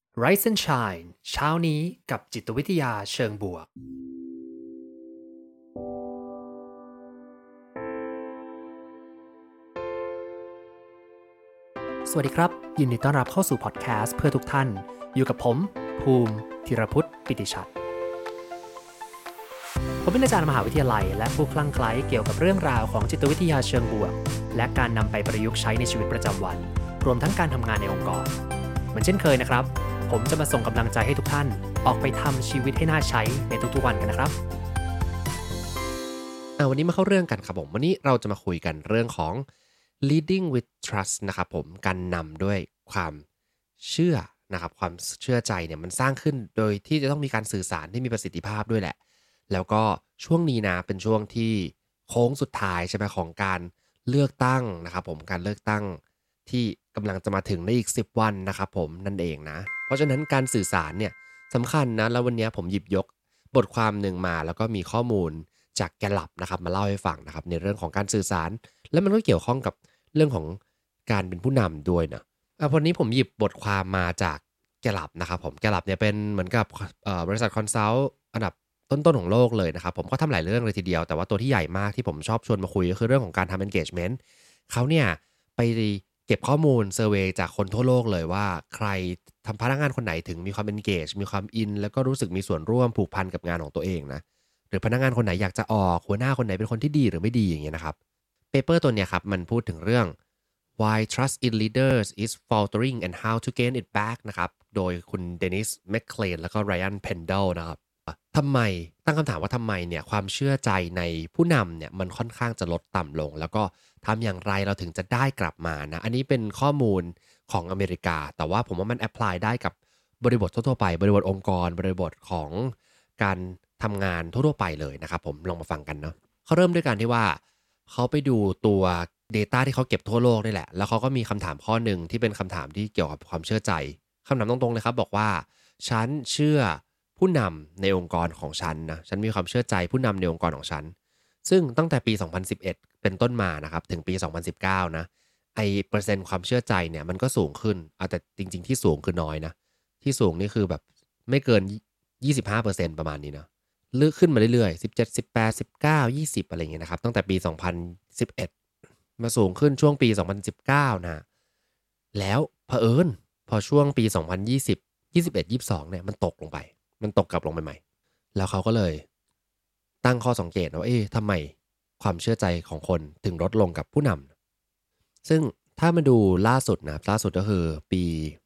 Rise and Shine เช้านี้กับจิตวิทยาเชิงบวกสวัสดีครับยินดีต้อนรับเข้าสู่พอดแคสต์เพื่อทุกท่านอยู่กับผมภูมิธีรพุทธปิติชัดผมเป็นอาจารย์มหาวิทยาลัยและผู้คลั่งไคล้เกี่ยวกับเรื่องราวของจิตวิทยาเชิงบวกและการนำไปประยุกต์ใช้ในชีวิตประจำวันรวมทั้งการทำงานในองค์กรเหมือนเช่นเคยนะครับผมจะมาส่งกำลังใจให้ทุกท่านออกไปทำชีวิตให้น่าใช้ในทุกๆวันกันนะครับวันนี้มาเข้าเรื่องกันครับผมวันนี้เราจะมาคุยกันเรื่องของ leading with trust นะครับผมการนำด้วยความเชื่อนะครับความเชื่อใจเนี่ยมันสร้างขึ้นโดยที่จะต้องมีการสื่อสารที่มีประสิทธิภาพด้วยแหละแล้วก็ช่วงนี้นะเป็นช่วงที่โค้งสุดท้ายใช่ไหมของการเลือกตั้งนะครับผมการเลือกตั้งที่กำลังจะมาถึงในอีก10วันนะครับผมนั่นเองนะเพราะฉะนั้นการสื่อสารเนี่ยสำคัญนะแล้ววันนี้ผมหยิบยกบทความหนึ่งมาแล้วก็มีข้อมูลจากแกลลับนะครับมาเล่าให้ฟังนะครับในเรื่องของการสื่อสารแล้วมันก็เกี่ยวข้องกับเรื่องของการเป็นผู้นำด้วยนะวันนี้ผมหยิบบทความมาจากแกลลับนะครับผมแกลลับเนี่ยเป็นเหมือนกับบริษัทคอนซัลท์อันดับต้นๆของโลกเลยนะครับผมก็ทำหลายเรื่องเลยทีเดียวแต่ว่าตัวที่ใหญ่มากที่ผมชอบชวนมาคุยก็คือเรื่องของการทำ engagement เขาเนี่ยไปเก็บข้อมูลเซอร์เวย์จากคนทั่วโลกเลยว่าใครทำพนักงานคนไหนถึงมีความ engage มีความอินแล้วก็รู้สึกมีส่วนร่วมผูกพันกับงานของตัวเองนะหรือพนักงานคนไหนอยากจะออกหัวหน้าคนไหนเป็นคนที่ดีหรือไม่ดีอย่างเงี้ยนะครับเปเปอร์ตัวเนี้ยครับมันพูดถึงเรื่อง Why Trust in Leaders is Faltering and How to Gain It Back นะครับโดยคุณเดนิสแมคเคลนแล้วก็ไรอันเพนเดลนะครับทำไมตั้งคำถามว่าทำไมเนี่ยความเชื่อใจในผู้นำเนี่ยมันค่อนข้างจะลดต่ำลงแล้วก็ทำอย่างไรเราถึงจะได้กลับมานะอันนี้เป็นข้อมูลของอเมริกาแต่ว่าผมว่ามันแอพพลายได้กับบริบททั่วๆไปบริบทองค์กรบริบทของการทำงานทั่วๆไปเลยนะครับผมลองมาฟังกันเนาะเขาเริ่มด้วยการที่ว่าเขาไปดูตัว data ที่เขาเก็บทั่วโลกนี่แหละแล้วเขาก็มีคำถามข้อหนึ่งที่เป็นคำถามที่เกี่ยวกับความเชื่อใจคำถามตรงๆเลยครับบอกว่าฉันเชื่อผู้นำในองค์กรของฉันนะฉันมีความเชื่อใจผู้นำในองค์กรของฉันซึ่งตั้งแต่ปี2011เป็นต้นมานะครับถึงปี2019นะไอเปอร์เซ็นต์ความเชื่อใจเนี่ยมันก็สูงขึ้นแต่จริงๆที่สูงคือน้อยนะที่สูงนี่คือแบบไม่เกิน25%ประมาณนี้นะเลือกขึ้นมาเรื่อยๆ17 18 19 20อะไรอย่างเงี้ยนะครับตั้งแต่ปี2011มาสูงขึ้นช่วงปี2019นะแล้วเผอิญพอช่วงปี2020 21 22เนี่ยมันตกลงไปมันตกกลับลงไปใหม่แล้วเขาก็เลยตั้งข้อสังเกตว่าทำไมความเชื่อใจของคนถึงลดลงกับผู้นำซึ่งถ้ามาดูล่าสุดนะครับล่าสุดก็คือปี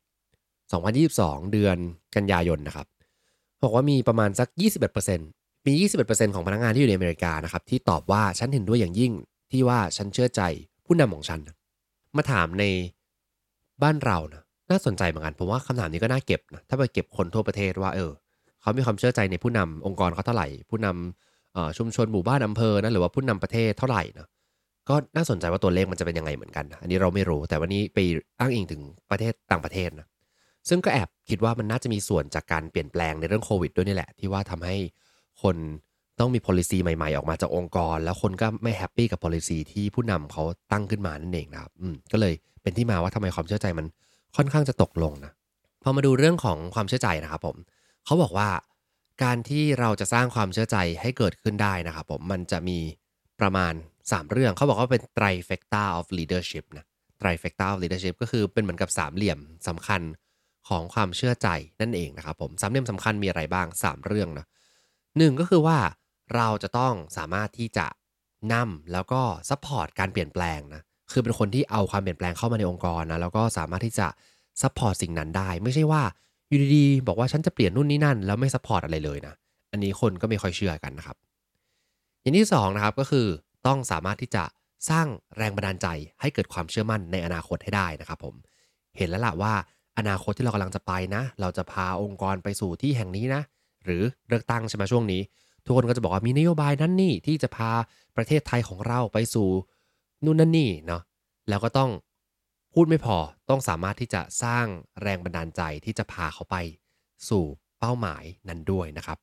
2022เดือนกันยายนนะครับบอกว่ามีประมาณสัก21%มี21%ของพนักงานที่อยู่ในอเมริกานะครับที่ตอบว่าฉันเห็นด้วยอย่างยิ่งที่ว่าฉันเชื่อใจผู้นำของฉันมาถามในบ้านเรานะน่าสนใจเหมือนกันผมว่าคำถามนี้ก็น่าเก็บนะถ้าไปเก็บคนทั่วประเทศว่าเขามีความเชื่อใจในผู้นำองค์กรเขาเท่าไหร่ผู้นำชุมชนหมู่บ้านอำเภอนะหรือว่าผู้นำประเทศเท่าไหร่นะก็น่าสนใจว่าตัวเลขมันจะเป็นยังไงเหมือนกันอันนี้เราไม่รู้แต่วันนี้ไปอ้างอิงถึงประเทศต่างประเทศนะซึ่งก็แอบคิดว่ามันน่าจะมีส่วนจากการเปลี่ยนแปลงในเรื่องโควิดด้วยนี่แหละที่ว่าทำให้คนต้องมี policy ใหม่ๆออกมาจากองค์กรแล้วคนก็ไม่แฮปปี้กับ policy ที่ผู้นำเขาตั้งขึ้นมานั่นเองนะครับก็เลยเป็นที่มาว่าทำไมความเชื่อใจมันค่อนข้างจะตกลงนะพอมาดูเรื่องของความเชื่อใจนะครับผมเขาบอกว่าการที่เราจะสร้างความเชื่อใจให้เกิดขึ้นได้นะครับผมมันจะมีประมาณ3เรื่องเขาบอกว่าเป็น trifecta of leadership นะ trifecta of leadership ก็คือเป็นเหมือนกับสามเหลี่ยมสำคัญของความเชื่อใจนั่นเองนะครับผมสามเหลี่ยมสำคัญมีอะไรบ้าง3เรื่องนะ1ก็คือว่าเราจะต้องสามารถที่จะนำแล้วก็ซัพพอร์ตการเปลี่ยนแปลงนะคือเป็นคนที่เอาความเปลี่ยนแปลงเข้ามาในองค์กรนะแล้วก็สามารถที่จะซัพพอร์ตสิ่งนั้นได้ไม่ใช่ว่าอยู่ดีๆบอกว่าฉันจะเปลี่ยนนู่นนี่นั่นแล้วไม่ซัพพอร์ตอะไรเลยนะอันนี้คนก็ไม่ค่อยเชื่อกันนะครับอย่างที่2นะครับก็คือต้องสามารถที่จะสร้างแรงบันดาลใจให้เกิดความเชื่อมั่นในอนาคตให้ได้นะครับผมเห็นแล้วล่ะว่าอนาคตที่เรากำลังจะไปนะเราจะพาองค์กรไปสู่ที่แห่งนี้นะหรือเลือกตั้งใช่ไหมช่วงนี้ทุกคนก็จะบอกว่ามีนโยบายนั้นนี่ที่จะพาประเทศไทยของเราไปสู่นู่นนั่นนี่เนาะแล้วก็ต้องพูดไม่พอต้องสามารถที่จะสร้างแรงบันดาลใจที่จะพาเขาไปสู่เป้าหมายนั้นด้วยนะครับ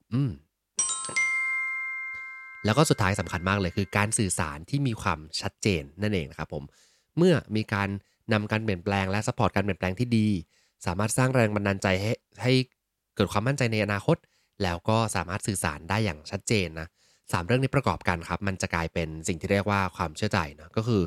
แล้วก็สุดท้ายสำคัญมากเลยคือการสื่อสารที่มีความชัดเจนนั่นเองนะครับผมเมื่อมีการนำการเปลี่ยนแปลงและซัพพอร์ตการเปลี่ยนแปลงที่ดีสามารถสร้างแรงบันดาลใจให้เกิดความมั่นใจในอนาคตแล้วก็สามารถสื่อสารได้อย่างชัดเจนนะ3เรื่องนี้ประกอบกันครับมันจะกลายเป็นสิ่งที่เรียกว่าความเชื่อใจนะก็คือ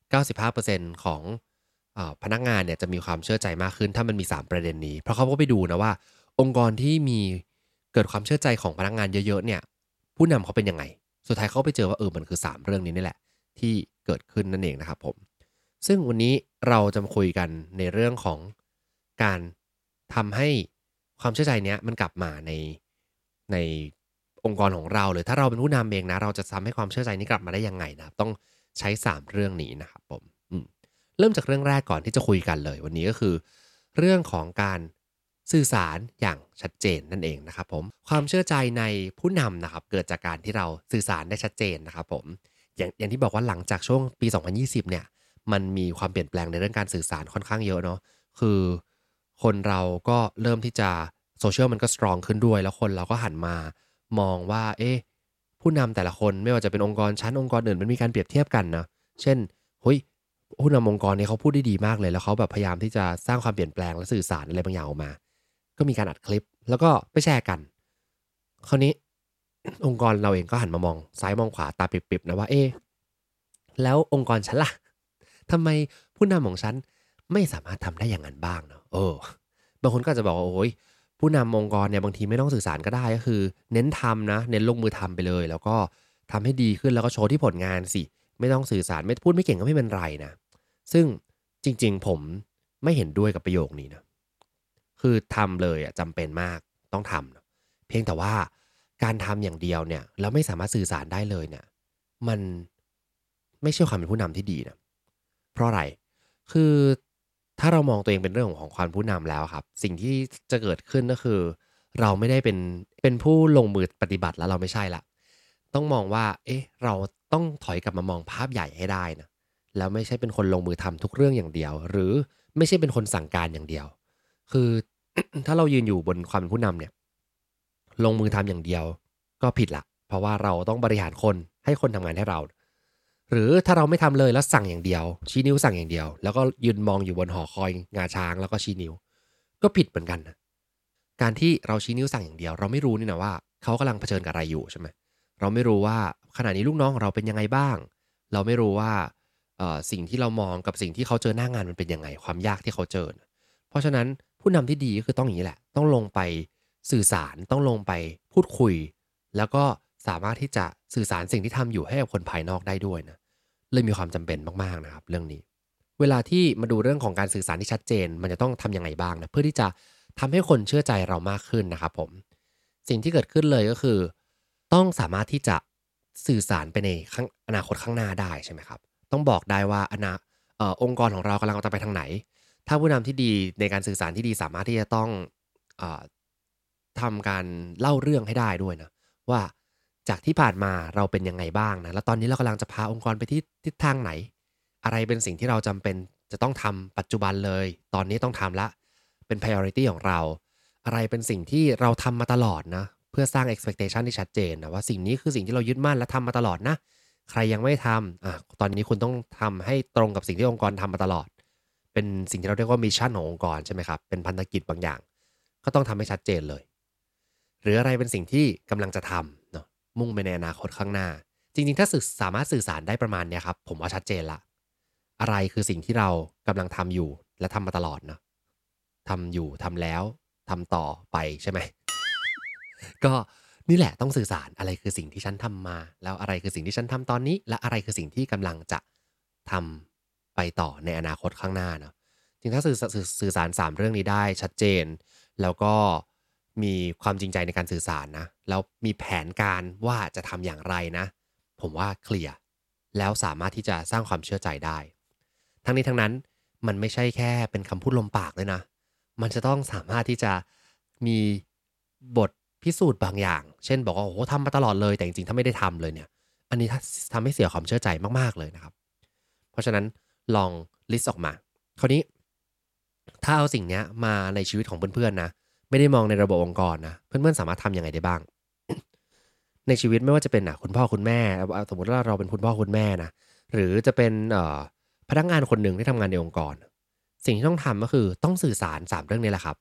95%ของพนักงานเนี่ยจะมีความเชื่อใจมากขึ้นถ้ามันมี3ประเด็นนี้เพราะเขาก็ไปดูนะว่าองค์กรที่มีเกิดความเชื่อใจของพนักงานเยอะๆเนี่ยผู้นำเขาเป็นยังไงสุดท้ายเขาไปเจอว่ามันคือ3เรื่องนี้นี่แหละที่เกิดขึ้นนั่นเองนะครับผมซึ่งวันนี้เราจะมาคุยกันในเรื่องของการทำให้ความเชื่อใจเนี้ยมันกลับมาในองค์กรของเราหรือถ้าเราเป็นผู้นำเองนะเราจะทำให้ความเชื่อใจนี้กลับมาได้ยังไงนะครับต้องใช้3เรื่องนี้นะครับผมเริ่มจากเรื่องแรกก่อนที่จะคุยกันเลยวันนี้ก็คือเรื่องของการสื่อสารอย่างชัดเจนนั่นเองนะครับผมความเชื่อใจในผู้นำนะครับเกิดจากการที่เราสื่อสารได้ชัดเจนนะครับผมอย่างที่บอกว่าหลังจากช่วงปี2020เนี่ยมันมีความเปลี่ยนแปลงในเรื่องการสื่อสารค่อนข้างเยอะเนาะคือคนเราก็เริ่มที่จะโซเชียลมันก็สตรองขึ้นด้วยแล้วคนเราก็หันมามองว่าผู้นำแต่ละคนไม่ว่าจะเป็นองค์กรชั้นองค์กรอื่นมันมีการเปรียบเทียบกันนะเช่นเฮ้ยผู้นำองค์กรนี้เขาพูดได้ดีมากเลยแล้วเขาแบบพยายามที่จะสร้างความเปลี่ยนแปลงและสื่อสารอะไรบางอย่างออกมาก็มีการอัดคลิปแล้วก็ไปแชร์กันคราวนี้ องค์กรเราเองก็หันมามองซ้ายมองขวาตาปิบๆนะว่าแล้วองค์กรฉันล่ะทำไมผู้นำของฉันไม่สามารถทำได้อย่างนั้นบ้างเนาะบางคนก็อาจจะบอกว่าโอ้ยผู้นำองค์กรเนี่ยบางทีไม่ต้องสื่อสารก็ได้ก็คือเน้นทำนะเน้นลงมือทำไปเลยแล้วก็ทำให้ดีขึ้นแล้วก็โชว์ที่ผลงานสิไม่ต้องสื่อสารไม่พูดไม่เก่งก็ไม่เป็นไรนะซึ่งจริงๆผมไม่เห็นด้วยกับประโยคนี้นะคือทำเลยจำเป็นมากต้องทำนะเพียงแต่ว่าการทำอย่างเดียวเนี่ยแล้วไม่สามารถสื่อสารได้เลยเนี่ยมันไม่ใช่ความเป็นผู้นำที่ดีนะเพราะอะไรคือถ้าเรามองตัวเองเป็นเรื่องของความผู้นำแล้วครับสิ่งที่จะเกิดขึ้นก็คือเราไม่ได้เป็นผู้ลงมือปฏิบัติแล้วเราไม่ใช่ละต้องมองว่าเราต้องถอยกลับมามองภาพใหญ่ให้ได้นะแล้วไม่ใช่เป็นคนลงมือทำทุกเรื่องอย่างเดียวหรือไม่ใช่เป็นคนสั่งการอย่างเดียวคือ ถ้าเรายืนอยู่บนความเป็นผู้นำเนี่ยลงมือทำอย่างเดียวก็ผิดละเพราะว่าเราต้องบริหารคนให้คนทำงานให้เราหรือถ้าเราไม่ทำเลยแล้วสั่งอย่างเดียวชี้นิ้วสั่งอย่างเดียวแล้วก็ยืนมองอยู่บนหอคอยงาช้างแล้วก็ชี้นิ้วก็ผิดเหมือนกันนะการที่เราชี้นิ้วสั่งอย่างเดียวเราไม่รู้นี่นะว่าเขากำลังเผชิญกับอะไรอยู่ใช่ไหมเราไม่รู้ว่าขณะนี้ลูกน้องของเราเป็นยังไงบ้างเราไม่รู้ว่าสิ่งที่เรามองกับสิ่งที่เขาเจอหน้างานมันเป็นยังไงความยากที่เขาเจอเพราะฉะนั้นผู้นำที่ดีก็คือต้องอย่างนี้แหละต้องลงไปสื่อสารต้องลงไปพูดคุยแล้วก็สามารถที่จะสื่อสารสิ่งที่ทำอยู่ให้กับคนภายนอกได้ด้วยนะเลยมีความจำเป็นมากๆนะครับเรื่องนี้เวลาที่มาดูเรื่องของการสื่อสารที่ชัดเจนมันจะต้องทำยังไงบ้างนะเพื่อที่จะทำให้คนเชื่อใจเรามากขึ้นนะครับผมสิ่งที่เกิดขึ้นเลยก็คือต้องสามารถที่จะสื่อสารไปในอนาคตข้างหน้าได้ใช่ไหมครับต้องบอกได้ว่าองค์กรของเรากำลังจะไปทางไหนถ้าผู้นำที่ดีในการสื่อสารที่ดีสามารถที่จะต้องเออทำการเล่าเรื่องให้ได้ด้วยนะว่าจากที่ผ่านมาเราเป็นยังไงบ้างนะแล้วตอนนี้เรากำลังจะพาองค์กรไปที่ทิศทางไหนอะไรเป็นสิ่งที่เราจำเป็นจะต้องทำปัจจุบันเลยตอนนี้ต้องทำละเป็น priority ของเราอะไรเป็นสิ่งที่เราทำมาตลอดนะเพื่อสร้าง expectation ที่ชัดเจนนะว่าสิ่งนี้คือสิ่งที่เรายึดมั่นและทำมาตลอดนะใครยังไม่ทำตอนนี้คุณต้องทำให้ตรงกับสิ่งที่องค์กรทำมาตลอดเป็นสิ่งที่เราเรียกว่ามิชชั่นขององค์กรใช่ไหมครับเป็นพันธกิจบางอย่างก็ต้องทำให้ชัดเจนเลยหรืออะไรเป็นสิ่งที่กำลังจะทำเนาะมุ่งไปในอนาคตข้างหน้าจริงๆถ้าสามารถสื่อสารได้ประมาณเนี้ยครับผมว่าชัดเจนละอะไรคือสิ่งที่เรากำลังทำอยู่และทำมาตลอดเนาะทำอยู่ทำแล้วทำต่อไปใช่ไหม ก็นี่แหละต้องสื่อสารอะไรคือสิ่งที่ฉันทำมาแล้วอะไรคือสิ่งที่ฉันทำตอนนี้และอะไรคือสิ่งที่กำลังจะทำไปต่อในอนาคตข้างหน้าเนาะจริงถ้าสื่อสาร3เรื่องนี้ได้ชัดเจนแล้วก็มีความจริงใจในการสื่อสารนะแล้วมีแผนการว่าจะทำอย่างไรนะผมว่าเคลียร์แล้วสามารถที่จะสร้างความเชื่อใจได้ทั้งนี้ทั้งนั้นมันไม่ใช่แค่เป็นคำพูดลมปากเลยนะมันจะต้องสามารถที่จะมีบทพิสูจน์บางอย่างเช่นบอกว่าโอ้โหทำมาตลอดเลยแต่จริงๆถ้าไม่ได้ทำเลยเนี่ยอันนี้ถ้าทำให้เสียความเชื่อใจมากๆเลยนะครับเพราะฉะนั้นลองลิสต์ออกมาคราวนี้ถ้าเอาสิ่งนี้มาในชีวิตของเพื่อนๆนะไม่ได้มองในระบบองค์กรนะเพื่อนๆสามารถทำยังไงได้บ้าง ในชีวิตไม่ว่าจะเป็นคุณพ่อคุณแม่สมมติว่าเราเป็นคุณพ่อคุณแม่นะหรือจะเป็นพนักงานคนหนึ่งที่ทำงานในองค์กรสิ่งที่ต้องทำก็คือต้องสื่อสาร3เรื่องนี้แหละครับ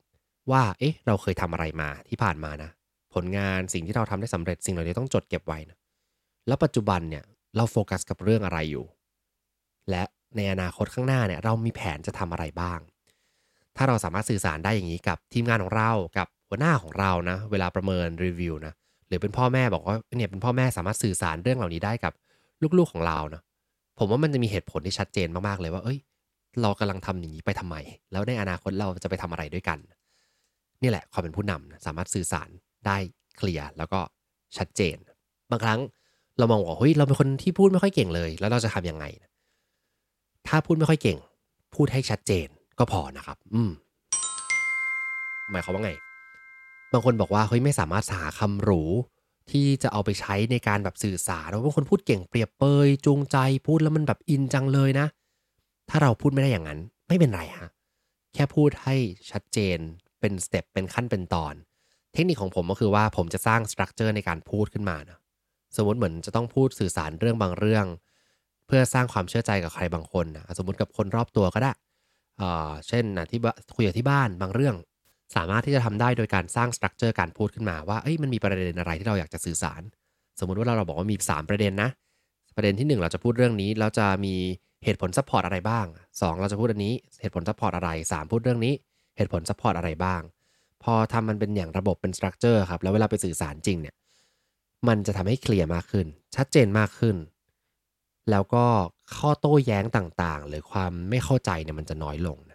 ว่าเอ๊ะเราเคยทำอะไรมาที่ผ่านมานะผลงานสิ่งที่เราทำได้สำเร็จสิ่งเหล่านี้ต้องจดเก็บไว้นะแล้วปัจจุบันเนี่ยเราโฟกัสกับเรื่องอะไรอยู่และในอนาคตข้างหน้าเนี่ยเรามีแผนจะทำอะไรบ้างถ้าเราสามารถสื่อสารได้อย่างนี้กับทีมงานของเรากับหัวหน้าของเรานะเวลาประเมินรีวิวนะหรือเป็นพ่อแม่บอกว่าเนี่ยเป็นพ่อแม่สามารถสื่อสารเรื่องเหล่านี้ได้กับลูกๆของเรานะผมว่ามันจะมีเหตุผลที่ชัดเจนมากๆเลยว่าเอ้ยเรากำลังทำอย่างนี้ไปทำไมแล้วในอนาคตเราจะไปทำอะไรด้วยกันนี่แหละความเป็นผู้นำนะสามารถสื่อสารได้เคลียร์แล้วก็ชัดเจนบางครั้งเรามองว่าเฮ้ยเราเป็นคนที่พูดไม่ค่อยเก่งเลยแล้วเราจะทำยังไงถ้าพูดไม่ค่อยเก่งพูดให้ชัดเจนก็พอนะครับหมายความว่าไงบางคนบอกว่าเฮ้ยไม่สามารถหาคำหรูที่จะเอาไปใช้ในการแบบสื่อสารว่าบางคนพูดเก่งเปรียบเปยจูงใจพูดแล้วมันแบบอินจังเลยนะถ้าเราพูดไม่ได้อย่างนั้นไม่เป็นไรฮะแค่พูดให้ชัดเจนเป็นสเต็ปเป็นขั้นเป็นตอนเทคนิคของผมก็คือว่าผมจะสร้างสตรัคเจอร์ในการพูดขึ้นมานะสมมติเหมือนจะต้องพูดสื่อสารเรื่องบางเรื่องเพื่อสร้างความเชื่อใจกับใครบางคนนะสมมติกับคนรอบตัวก็ได้เช่นที่คุยกับที่บ้านบางเรื่องสามารถที่จะทำได้โดยการสร้างสตรัคเจอร์การพูดขึ้นมาว่าเอ้ยมันมีประเด็นอะไรที่เราอยากจะสื่อสารสมมุติว่าเราบอกว่ามี3ประเด็นนะประเด็นที่1เราจะพูดเรื่องนี้แล้วจะมีเหตุผลซัพพอร์ตอะไรบ้าง2เราจะพูดอันนี้เหตุผลซัพพอร์ตอะไร3พูดเรื่องนี้เหตุผลซัพพอร์ตอะไรบ้างพอทำมันเป็นอย่างระบบเป็นสตรัคเจอร์ครับแล้วเวลาไปสื่อสารจริงเนี่ยมันจะทำให้เคลียร์มากขึ้นชัดเจนมากขึ้นแล้วก็ข้อโต้แย้งต่างๆหรือความไม่เข้าใจเนี่ยมันจะน้อยลงนะ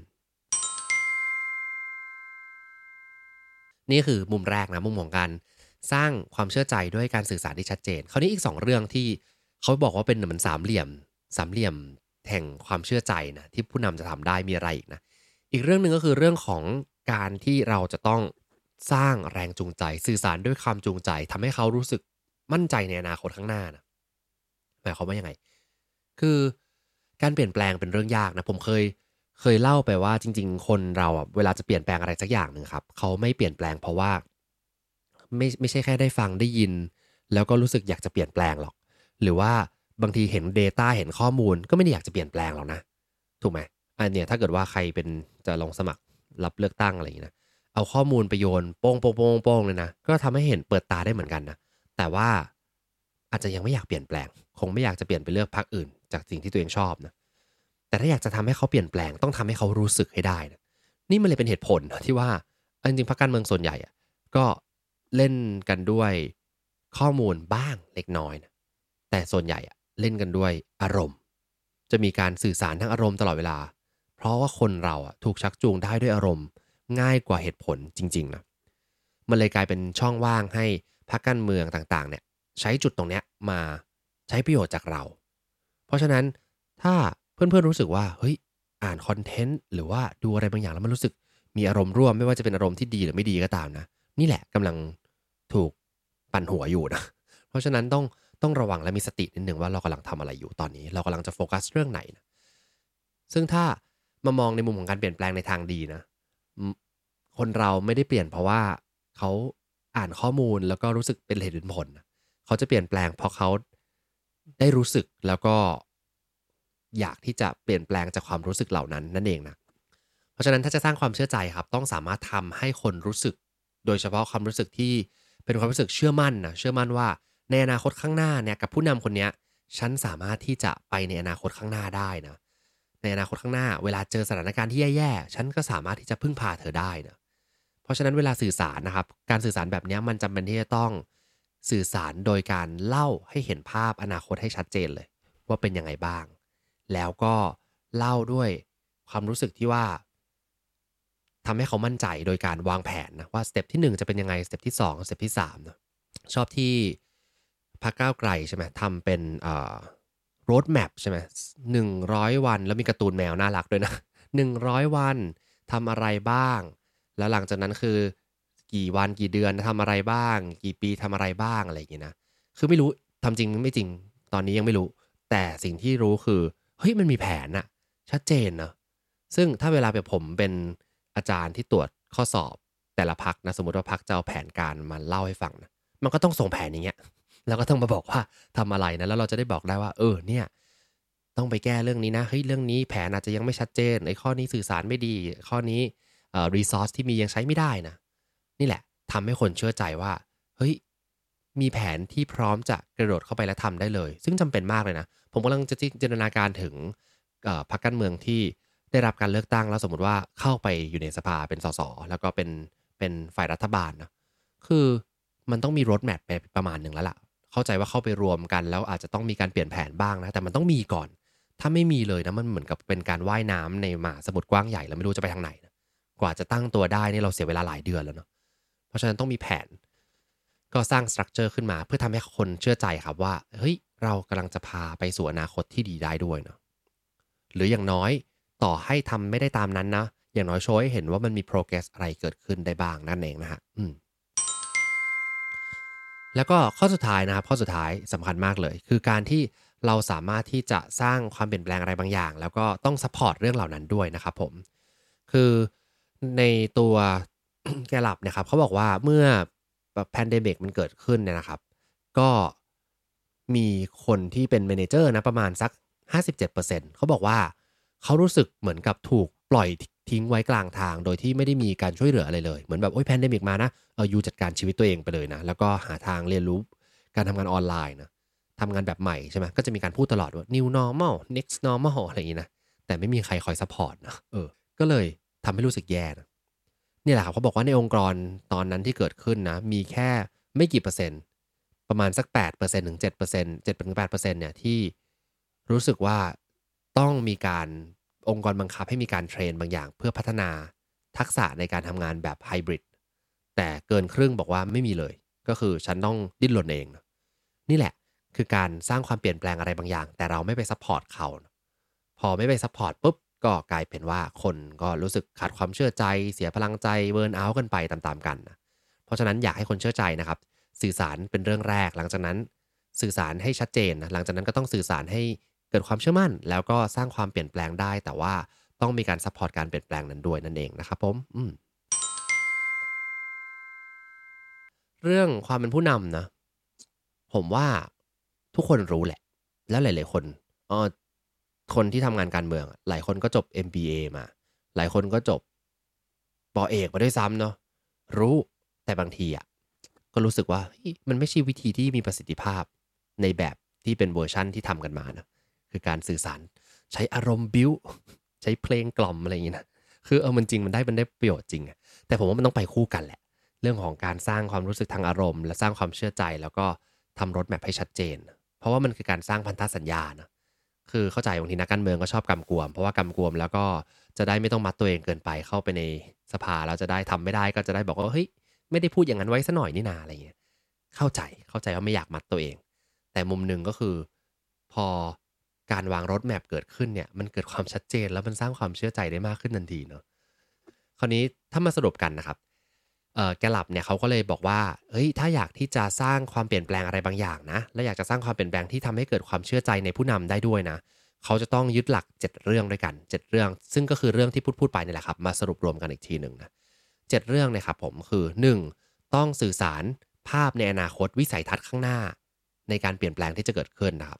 นี่คือมุมแรกนะมุมของการสร้างความเชื่อใจด้วยการสื่อสารที่ชัดเจนคราวนี้อีก2เรื่องที่เขาบอกว่าเป็นเหมือนสามเหลี่ยมแห่งความเชื่อใจนะที่ผู้นำจะทำได้มีอะไรอีกนะอีกเรื่องหนึ่งก็คือเรื่องของการที่เราจะต้องสร้างแรงจูงใจสื่อสารด้วยความจูงใจทำให้เขารู้สึกมั่นใจในอนาคตข้างหน้านะหมายความว่ายังไงคือการเปลี่ยนแปลงเป็นเรื่องยากนะผมเคยเล่าไปว่าจริงๆคนเราอะเวลาจะเปลี่ยนแปลงอะไรสักอย่างหนึ่งครับเขาไม่เปลี่ยนแปลงเพราะว่าไม่ใช่แค่ได้ฟังได้ยินแล้วก็รู้สึกอยากจะเปลี่ยนแปลงหรอกหรือว่าบางทีเห็น Data เห็นข้อมูลก็ไม่ได้อยากจะเปลี่ยนแปลงหรอกนะถูกไหมอันเนี้ยถ้าเกิดว่าใครเป็นจะลงสมัครรับเลือกตั้งอะไรอย่างงี้นะเอาข้อมูลไปโยนโป้งๆๆๆเลยนะก็ทำให้เห็นเปิดตาได้เหมือนกันนะแต่ว่าอาจจะยังไม่อยากเปลี่ยนแปลงคงไม่อยากจะเปลี่ยนไปเลือกพรรคอื่นจากสิ่งที่ตัวเองชอบนะ แต่ถ้าอยากจะทำให้เขาเปลี่ยนแปลงต้องทำให้เขารู้สึกให้ได้นะนี่มันเลยเป็นเหตุผลที่ว่าจริงๆพรรคการเมืองส่วนใหญ่อะก็เล่นกันด้วยข้อมูลบ้างเล็กน้อยนะแต่ส่วนใหญ่อะเล่นกันด้วยอารมณ์จะมีการสื่อสารทางอารมณ์ตลอดเวลาเพราะว่าคนเราอะถูกชักจูงได้ด้วยอารมณ์ง่ายกว่าเหตุผลจริงๆนะมันเลยกลายเป็นช่องว่างให้พรรคการเมืองต่างๆเนี่ยใช้จุดตรงเนี้ยมาใช้ประโยชน์จากเราเพราะฉะนั้นถ้าเพื่อนๆรู้สึกว่าเฮ้ยอ่านคอนเทนต์หรือว่าดูอะไรบางอย่างแล้วมันรู้สึกมีอารมณ์ร่วมไม่ว่าจะเป็นอารมณ์ที่ดีหรือไม่ดีก็ตามนะนี่แหละกำลังถูกปั่นหัวอยู่นะเพราะฉะนั้นต้องระวังและมีสตินิดหนึ่งว่าเรากำลังทำอะไรอยู่ตอนนี้เรากำลังจะโฟกัสเรื่องไหนนะซึ่งถ้ามามองในมุมของการเปลี่ยนแปลงในทางดีนะคนเราไม่ได้เปลี่ยนเพราะว่าเขาอ่านข้อมูลแล้วก็รู้สึกเป็นเหตุเป็นผลนะเขาจะเปลี่ยนแปลงเพราะเขาได้รู้สึกแล้วก็อยากที่จะเปลี่ยนแปลงจากความรู้สึกเหล่านั้นนั่นเองนะเพราะฉะนั้นถ้าจะสร้างความเชื่อใจครับต้องสามารถทำให้คนรู้สึกโดยเฉพาะความรู้สึกที่เป็นความรู้สึกเชื่อมั่นนะเชื่อมั่นว่าในอนาคตข้างหน้าเนี่ยกับผู้นำคนเนี้ยฉันสามารถที่จะไปในอนาคตข้างหน้าได้นะในอนาคตข้างหน้าเวลาเจอสถานการณ์ที่แย่ๆฉันก็สามารถที่จะพึ่งพาเธอได้นะเพราะฉะนั้นเวลาสื่อสารนะครับการสื่อสารแบบนี้มันจำเป็นที่จะต้องสื่อสารโดยการเล่าให้เห็นภาพอนาคตให้ชัดเจนเลยว่าเป็นยังไงบ้าง แล้วก็เล่าด้วยความรู้สึกที่ว่าทำให้เขามั่นใจโดยการวางแผนนะว่าสเต็ปที่1จะเป็นยังไงสเต็ปที่2สเต็ปที่3เนาะชอบที่พรรคก้าวไกลใช่ไหมทำเป็นroad map ใช่ไหม100วันแล้วมีการ์ตูนแมวน่ารักด้วยนะ100วันทำอะไรบ้างแล้วหลังจากนั้นคือกี่วันกี่เดือนทำอะไรบ้างกี่ปีทำอะไรบ้างอะไรอย่างงี้นะคือไม่รู้ทำจริงไม่จริงตอนนี้ยังไม่รู้แต่สิ่งที่รู้คือ เฮ้ยมันมีแผนน่ะชัดเจนเนาะซึ่งถ้าเวลาแบบผมเป็นอาจารย์ที่ตรวจข้อสอบแต่ละพรรคนะสมมุติว่าพรรคจะเอาแผนการมาเล่าให้ฟังนะมันก็ต้องส่งแผนอย่างเงี้ยแล้วก็ต้องมาบอกว่าทำอะไรนะแล้วเราจะได้บอกได้ว่าเนี่ยต้องไปแก้เรื่องนี้นะเฮ้ยเรื่องนี้แผนอาจจะยังไม่ชัดเจนไอ้ข้อนี้สื่อสารไม่ดีข้อนี้ resource ที่มียังใช้ไม่ได้นะนี่แหละทำให้คนเชื่อใจว่าเฮ้ยมีแผนที่พร้อมจะกระโดดเข้าไปและทำได้เลยซึ่งจำเป็นมากเลยนะผมกำลังจะจินตนาการถึงพรรคการเมืองที่ได้รับการเลือกตั้งแล้วสมมุติว่าเข้าไปอยู่ในสภาเป็นสสแล้วก็เป็นฝ่ายรัฐบาลนะคือมันต้องมี road map ไปประมาณหนึ่งแล้วล่ะเข้าใจว่าเข้าไปรวมกันแล้วอาจจะต้องมีการเปลี่ยนแผนบ้างนะแต่มันต้องมีก่อนถ้าไม่มีเลยนะมันเหมือนกับเป็นการว่ายน้ำในมหาสมุทรกว้างใหญ่แล้วไม่รู้จะไปทางไหนนะกว่าจะตั้งตัวได้นี่เราเสียเวลาหลายเดือนแล้วเนาะเพราะฉะนั้นต้องมีแผนก็สร้างสตรัคเจอร์ขึ้นมาเพื่อทำให้คนเชื่อใจครับว่าเฮ้ยเรากำลังจะพาไปสู่อนาคตที่ดีได้ด้วยเนาะหรืออย่างน้อยต่อให้ทำไม่ได้ตามนั้นนะอย่างน้อยโชว์ให้เห็นว่ามันมี progress อะไรเกิดขึ้นได้บ้างนั่นเองนะฮะแล้วก็ข้อสุดท้ายนะครับข้อสุดท้ายสำคัญมากเลยคือการที่เราสามารถที่จะสร้างความเปลี่ยนแปลงอะไรบางอย่างแล้วก็ต้องซัพพอร์ตเรื่องเหล่านั้นด้วยนะครับผมคือในตัว แกลลับเนี่ยครับเขาบอกว่าเมื่อแบบแพนเดมิกมันเกิดขึ้นเนี่ยนะครับก็มีคนที่เป็น manager นะประมาณสัก 57%เขาบอกว่าเขารู้สึกเหมือนกับถูกปล่อยทิ้งไว้กลางทางโดยที่ไม่ได้มีการช่วยเหลืออะไรเลยเหมือนแบบโอ๊ยแพนเดมิกมานะยูจัดการชีวิตตัวเองไปเลยนะแล้วก็หาทางเรียนรู้การทำงานออนไลน์นะทำงานแบบใหม่ใช่ไหมก็จะมีการพูดตลอดว่า new normal next normal อะไรอย่างนี้นะแต่ไม่มีใครคอยซัพพอร์ตนะก็เลยทำให้รู้สึกแย่นะนี่แหละครับเขาบอกว่าในองค์กรตอนนั้นที่เกิดขึ้นนะมีแค่ไม่กี่เปอร์เซ็นต์ประมาณสัก 8% ถึง 7% 7-8%เนี่ยที่รู้สึกว่าต้องมีการองค์กรบังคับให้มีการเทรนบางอย่างเพื่อพัฒนาทักษะในการทำงานแบบไฮบริดแต่เกินครึ่งบอกว่าไม่มีเลยก็คือฉันต้องดิ้นรนเองนะนี่แหละคือการสร้างความเปลี่ยนแปลงอะไรบางอย่างแต่เราไม่ไปซัพพอร์ตเขานะพอไม่ไปซัพพอร์ตปุ๊บก็กลายเป็นว่าคนก็รู้สึกขาดความเชื่อใจเสียพลังใจเบิร์นเอาท์กันไปตามๆกันนะเพราะฉะนั้นอยากให้คนเชื่อใจนะครับสื่อสารเป็นเรื่องแรกหลังจากนั้นสื่อสารให้ชัดเจนนะหลังจากนั้นก็ต้องสื่อสารให้เกิดความเชื่อมั่นแล้วก็สร้างความเปลี่ยนแปลงได้แต่ว่าต้องมีการซัพพอร์ตการเปลี่ยนแปลงนั้นด้วยนั่นเองนะครับผมเรื่องความเป็นผู้นำนะผมว่าทุกคนรู้แหละแล้วหลายๆคนคนที่ทำงานการเมืองหลายคนก็จบ MBA มาหลายคนก็จบปอเอกมาด้วยซ้ำเนาะรู้แต่บางทีก็รู้สึกว่ามันไม่ใช่วิธีที่มีประสิทธิภาพในแบบที่เป็นเวอร์ชั่นที่ทำกันมานะคือการสื่อสารใช้อารมณ์บิ้วใช้เพลงกล่อมอะไรอย่างนี้นะคือมันจริงมันได้ประโยชน์จริงแต่ผมว่ามันต้องไปคู่กันแหละเรื่องของการสร้างความรู้สึกทางอารมณ์และสร้างความเชื่อใจแล้วก็ทำรถแมพให้ชัดเจนเพราะว่ามันคือการสร้างพันธสัญญานะคือเข้าใจบางทีนักการเมืองก็ชอบกำกวมเพราะว่ากำกวมแล้วก็จะได้ไม่ต้องมัดตัวเองเกินไปเข้าไปในสภาแล้วจะได้ทำไม่ได้ก็จะได้บอกว่าเฮ้ยไม่ได้พูดอย่างนั้นไว้ซะหน่อยนี่นาอะไรเงี้ยเข้าใจว่าไม่อยากมัดตัวเองแต่มุมหนึ่งก็คือพอการวางรถแมพเกิดขึ้นเนี่ยมันเกิดความชัดเจนแล้วมันสร้างความเชื่อใจได้มากขึ้นทันทีเนาะคราวนี้ถ้ามาสรุปกันนะครับแกลลับเนี่ยเขาก็เลยบอกว่าเฮ้ยถ้าอยากที่จะสร้างความเปลี่ยนแปลงอะไรบางอย่างนะและอยากจะสร้างความเปลี่ยนแปลงที่ทำให้เกิดความเชื่อใจในผู้นำได้ด้วยนะเขาจะต้องยึดหลัก7เรื่องด้วยกัน7เรื่องซึ่งก็คือเรื่องที่พูดไปนี่แหละครับมาสรุปรวมกันอีกทีหนึ่งนะ7เรื่องเนี่ยครับผมคือ1ต้องสื่อสารภาพในอนาคตวิสัยทัศน์ข้างหน้าในการเปลี่ยนแปลงที่จะเกิดขึ้นนะครับ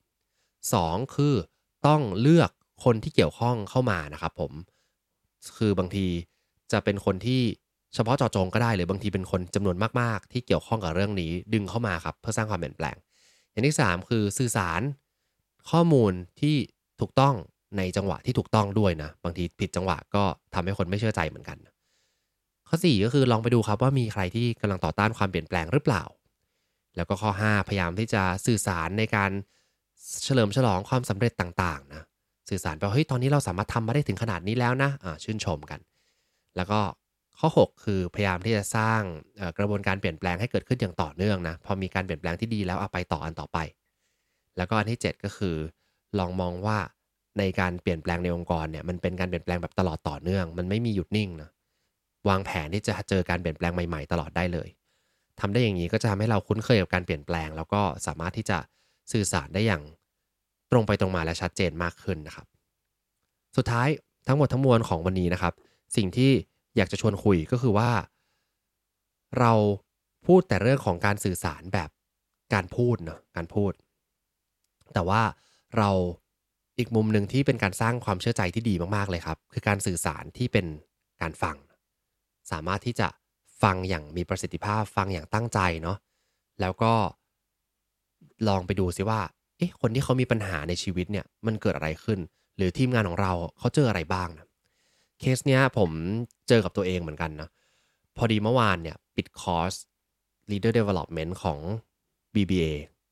2คือต้องเลือกคนที่เกี่ยวข้องเข้ามานะครับผมคือบางทีจะเป็นคนที่เฉพาะเจาะจงก็ได้หรือบางทีเป็นคนจำนวนมากๆที่เกี่ยวข้องกับเรื่องนี้ดึงเข้ามาครับเพื่อสร้างความเปลี่ยนแปลงอย่างที่3คือสื่อสารข้อมูลที่ถูกต้องในจังหวะที่ถูกต้องด้วยนะบางทีผิดจังหวะก็ทำให้คนไม่เชื่อใจเหมือนกันข้อ4ก็คือลองไปดูครับว่ามีใครที่กำลังต่อต้านความเปลี่ยนแปลงหรือเปล่าแล้วก็ข้อ5พยายามที่จะสื่อสารในการเฉลิมฉลองความสำเร็จต่างๆนะสื่อสารไปเฮ้ยตอนนี้เราสามารถทำมาได้ถึงขนาดนี้แล้วนะชื่นชมกันแล้วก็ข้อ6คือพยายามที่จะสร้างกระบวนการเปลี่ยนแปลงให้เกิดขึ้นอย่างต่อเนื่องนะพอมีการเปลี่ยนแปลงที่ดีแล้วเอาไปต่ออันต่อไปแล้วก็อันที่7ก็คือลองมองว่าในการเปลี่ยนแปลงในองค์กรเนี่ยมันเป็นการเปลี่ยนแปลงแบบตลอดต่อเนื่องมันไม่มีหยุดนิ่งนะวางแผนที่จะเจอการเปลี่ยนแปลงใหม่ๆตลอดได้เลยทำได้อย่างนี้ก็จะทำให้เราคุ้นเคยกับการเปลี่ยนแปลงแล้วก็สามารถที่จะสื่อสารได้อย่างตรงไปตรงมาและชัดเจนมากขึ้นนะครับสุดท้ายทั้งหมดทั้งมวลของวันนี้นะครับสิ่งที่อยากจะชวนคุยก็คือว่าเราพูดแต่เรื่องของการสื่อสารแบบการพูดเนาะการพูดแต่ว่าเราอีกมุมหนึ่งที่เป็นการสร้างความเชื่อใจที่ดีมากๆเลยครับคือการสื่อสารที่เป็นการฟังสามารถที่จะฟังอย่างมีประสิทธิภาพฟังอย่างตั้งใจเนาะแล้วก็ลองไปดูซิว่าเอ๊ะคนที่เขามีปัญหาในชีวิตเนี่ยมันเกิดอะไรขึ้นหรือทีมงานของเราเขาเจออะไรบ้างนะเคสเนี้ยผมเจอกับตัวเองเหมือนกันนะพอดีเมื่อวานเนี่ยปิดคอร์ส Leader Development ของ BBA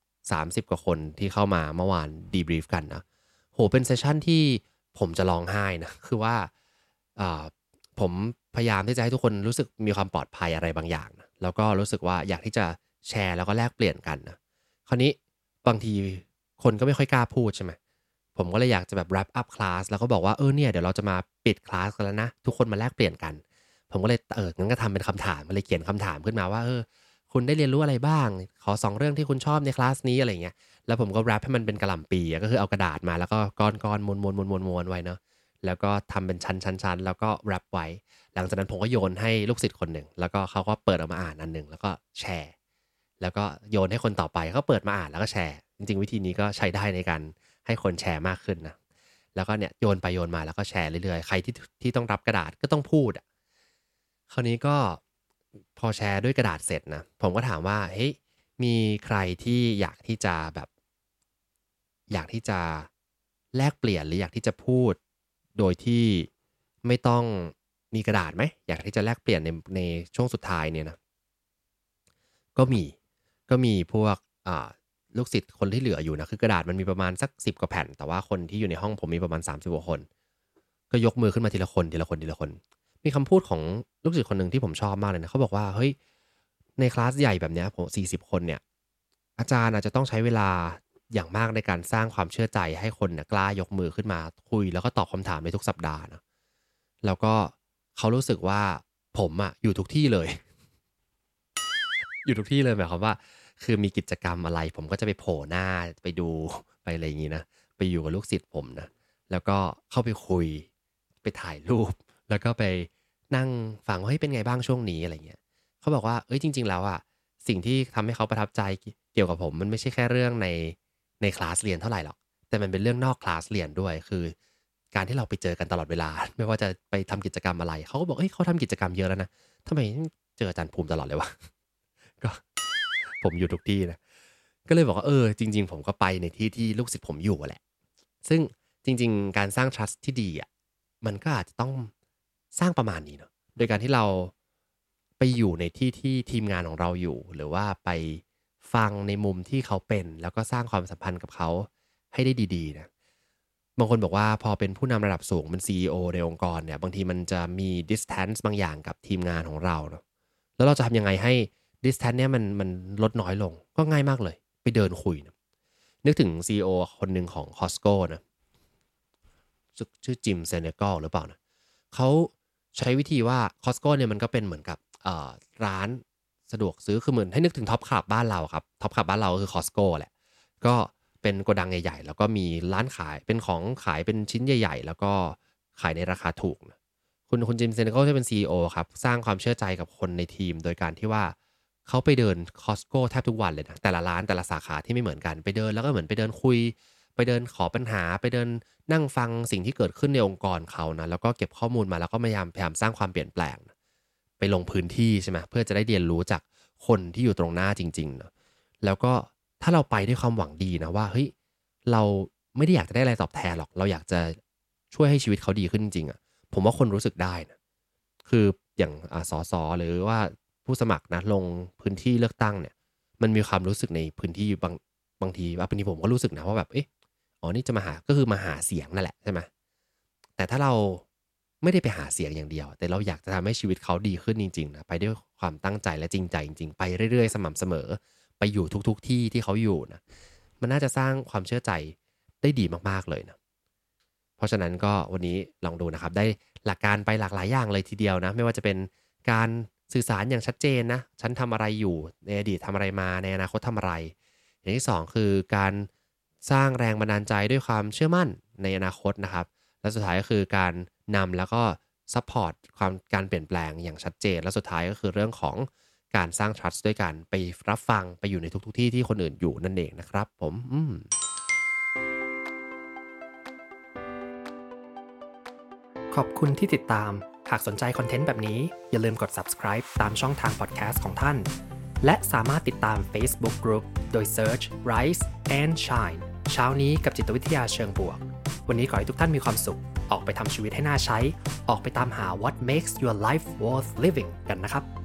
30กว่าคนที่เข้ามาเมื่อวานดีบรีฟกันนะโหเป็นเซสชั่นที่ผมจะร้องไห้นะคือว่าอ่าผมพยายามที่จะให้ทุกคนรู้สึกมีความปลอดภัยอะไรบางอย่างนะแล้วก็รู้สึกว่าอยากที่จะแชร์แล้วก็แลกเปลี่ยนกันนะคราวนี้บางทีคนก็ไม่ค่อยกล้าพูดใช่ไหมผมก็เลยอยากจะแบบ wrap up class แล้วก็บอกว่าเนี่ยเดี๋ยวเราจะมาปิดคลาสกันแล้วนะทุกคนมาแลกเปลี่ยนกันผมก็เลยงั้นก็ทำเป็นคำถามมาเลยเขียนคำถามขึ้นมาว่าคุณได้เรียนรู้อะไรบ้างขอ2เรื่องที่คุณชอบในคลาสนี้อะไรเงี้ยแล้วผมก็ wrap ให้มันเป็นกะหล่ำปีก็คือเอากระดาษมาแล้วก็ก้อนๆม้วนๆๆๆๆไว้เนาะแล้วก็ทำเป็นชั้นๆๆแล้วก็ wrap ไว้หลังจากนั้นผมก็โยนให้ลูกศิษย์คนหนึ่งแล้วก็เขาก็เปิดออกมาอ่านอันหนึ่งแล้วก็แชร์แล้วก็โยนให้คนต่อไปเขาเปิดมาอ่านแล้วก็แชร์จริงๆวิธีนี้ก็ใช้ได้ในการให้คนแชร์มากขึ้นนะแล้วก็เนี่ยโยนไปโยนมาแล้วก็แชร์เรื่อยๆใครที่ต้องรับกระดาษก็ต้องพูดอะคราวนี้ก็พอแชร์ด้วยกระดาษเสร็จนะผมก็ถามว่าเฮ้ยมีใครที่อยากที่จะแบบอยากที่จะแลกเปลี่ยนหรืออยากที่จะพูดโดยที่ไม่ต้องมีกระดาษไหมอยากที่จะแลกเปลี่ยนในช่วงสุดท้ายเนี่ยนะก็มีก็มีพวกอ่าลูกศิษย์คนที่เหลืออยู่นะคือกระดาษมันมีประมาณสัก10กว่าแผ่นแต่ว่าคนที่อยู่ในห้องผมมีประมาณ30กว่าคนก็ยกมือขึ้นมาทีละคนทีละคนทีละคนมีคำพูดของลูกศิษย์คนหนึ่งที่ผมชอบมากเลยนะเขาบอกว่าเฮ้ยในคลาสใหญ่แบบเนี้ยผม40คนเนี่ยอาจารย์อาจจะต้องใช้เวลาอย่างมากในการสร้างความเชื่อใจให้คนเนี่ยกล้ายกมือขึ้นมาคุยแล้วก็ตอบคำถามในทุกสัปดาห์นะแล้วก็เขารู้สึกว่าผมอะอยู่ทุกที่เลย อยู่ทุกที่เลยหมายความว่าคือมีกิจกรรมอะไรผมก็จะไปโผล่หน้าไปดูไปอะไรอย่างงี้นะไปอยู่กับลูกศิษย์ผมนะแล้วก็เข้าไปคุยไปถ่ายรูปแล้วก็ไปนั่งฟังว่าเฮ้ยเป็นไงบ้างช่วงนี้อะไรเงี้ยเขาบอกว่าเฮ้ยจริงๆแล้วอะสิ่งที่ทำให้เขาประทับใจเกี่ยวกับผมมันไม่ใช่แค่เรื่องในคลาสเรียนเท่าไรหรอกแต่มันเป็นเรื่องนอกคลาสเรียนด้วยคือการที่เราไปเจอกันตลอดเวลาไม่ว่าจะไปทำกิจกรรมอะไรเขาก็บอกเฮ้ยเขาทำกิจกรรมเยอะแล้วนะทำไมเจออาจารย์ภูมิตลอดเลยวะ ก็ผมอยู่ทุกที่นะก็เลยบอกว่าจริงๆผมก็ไปในที่ที่ลูกศิษย์ผมอยู่อะแหละซึ่งจริงๆการสร้าง trust ที่ดีอะมันก็อาจจะต้องสร้างประมาณนี้เนาะโดยการที่เราไปอยู่ในที่ที่ทีมงานของเราอยู่หรือว่าไปฟังในมุมที่เขาเป็นแล้วก็สร้างความสัมพันธ์กับเขาให้ได้ดีๆนะบางคนบอกว่าพอเป็นผู้นำระดับสูงเป็น CEO ในองค์กรเนี่ยบางทีมันจะมี distance บางอย่างกับทีมงานของเราเนาะแล้วเราจะทำยังไงให้ distance เนี่ยมันลดน้อยลงก็ง่ายมากเลยไปเดินคุยนะนึกถึง CEO คนหนึ่งของ Costco นะชื่อจิมเซเนกอลหรือเปล่านะเขาใช้วิธีว่า Costco เนี่ยมันก็เป็นเหมือนกับร้านสะดวกซื้อคือเหมือนให้นึกถึงท็อปคลับบ้านเราครับท็อปคลับบ้านเราก็คือ Costco แหละก็เป็นโกดังใหญ่ๆแล้วก็มีร้านขายเป็นของขายเป็นชิ้นใหญ่ๆแล้วก็ขายในราคาถูกนะคุณจิมเซเนกอลที่เป็น CEO ครับสร้างความเชื่อใจกับคนในทีมโดยการที่ว่า เขาไปเดิน Costco แทบทุกวันเลยนะแต่ละร้านแต่ละสาขาที่ไม่เหมือนกันไปเดินแล้วก็เหมือนไปเดินคุยไปเดินขอปัญหาไปเดินนั่งฟังสิ่งที่เกิดขึ้นในองค์กรเขานะแล้วก็เก็บข้อมูลมาแล้วก็พยายามสร้างความเปลี่ยนแปลงนะไปลงพื้นที่ใช่ไหมเพื่อจะได้เรียนรู้จากคนที่อยู่ตรงหน้าจริงๆเนาะแล้วก็ถ้าเราไปด้วยความหวังดีนะว่าเฮ้ยเราไม่ได้อยากจะได้อะไรตอบแทนหรอกเราอยากจะช่วยให้ชีวิตเขาดีขึ้นจริงๆอะผมว่าคนรู้สึกได้นะ คืออย่างสสหรือว่าผู้สมัครนะลงพื้นที่เลือกตั้งเนี่ยมันมีความรู้สึกในพื้นที่บางทีบางทีผมก็รู้สึกนะว่าแบบเอ๊ะอ๋อนี่จะมาหาก็คือมาหาเสียงนั่นแหละใช่ไหมแต่ถ้าเราไม่ได้ไปหาเสียงอย่างเดียวแต่เราอยากจะทำให้ชีวิตเขาดีขึ้นจริงๆนะไปด้วยความตั้งใจและจริงใจจริงๆไปเรื่อยๆสม่ำเสมอไปอยู่ทุกๆที่ที่เขาอยู่นะมันน่าจะสร้างความเชื่อใจได้ดีมากๆเลยนะ เพราะฉะนั้นก็วันนี้ลองดูนะครับได้หลักการไปหลากหลายอย่างเลยทีเดียวนะไม่ว่าจะเป็นการสื่อสารอย่างชัดเจนนะฉันทำอะไรอยู่ในอดีตทำอะไรมาในอนาคตทำอะไรอย่างที่สองคือการสร้างแรงบันดาลใจด้วยความเชื่อมั่นในอนาคตนะครับและสุดท้ายก็คือการนำแล้วก็ซัพพอร์ตการเปลี่ยนแปลงอย่างชัดเจนและสุดท้ายก็คือเรื่องของการสร้าง trust ด้วยการไปรับฟังไปอยู่ในทุกๆที่ที่คนอื่นอยู่นั่นเองนะครับผมขอบคุณที่ติดตามหากสนใจคอนเทนต์แบบนี้อย่าลืมกด subscribe ตามช่องทาง podcast ของท่านและสามารถติดตาม Facebook Group โดย search Rise and Shine เช้านี้กับจิตวิทยาเชิงบวกวันนี้ขอให้ทุกท่านมีความสุขออกไปทำชีวิตให้น่าใช้ออกไปตามหา what makes your life worth living กันนะครับ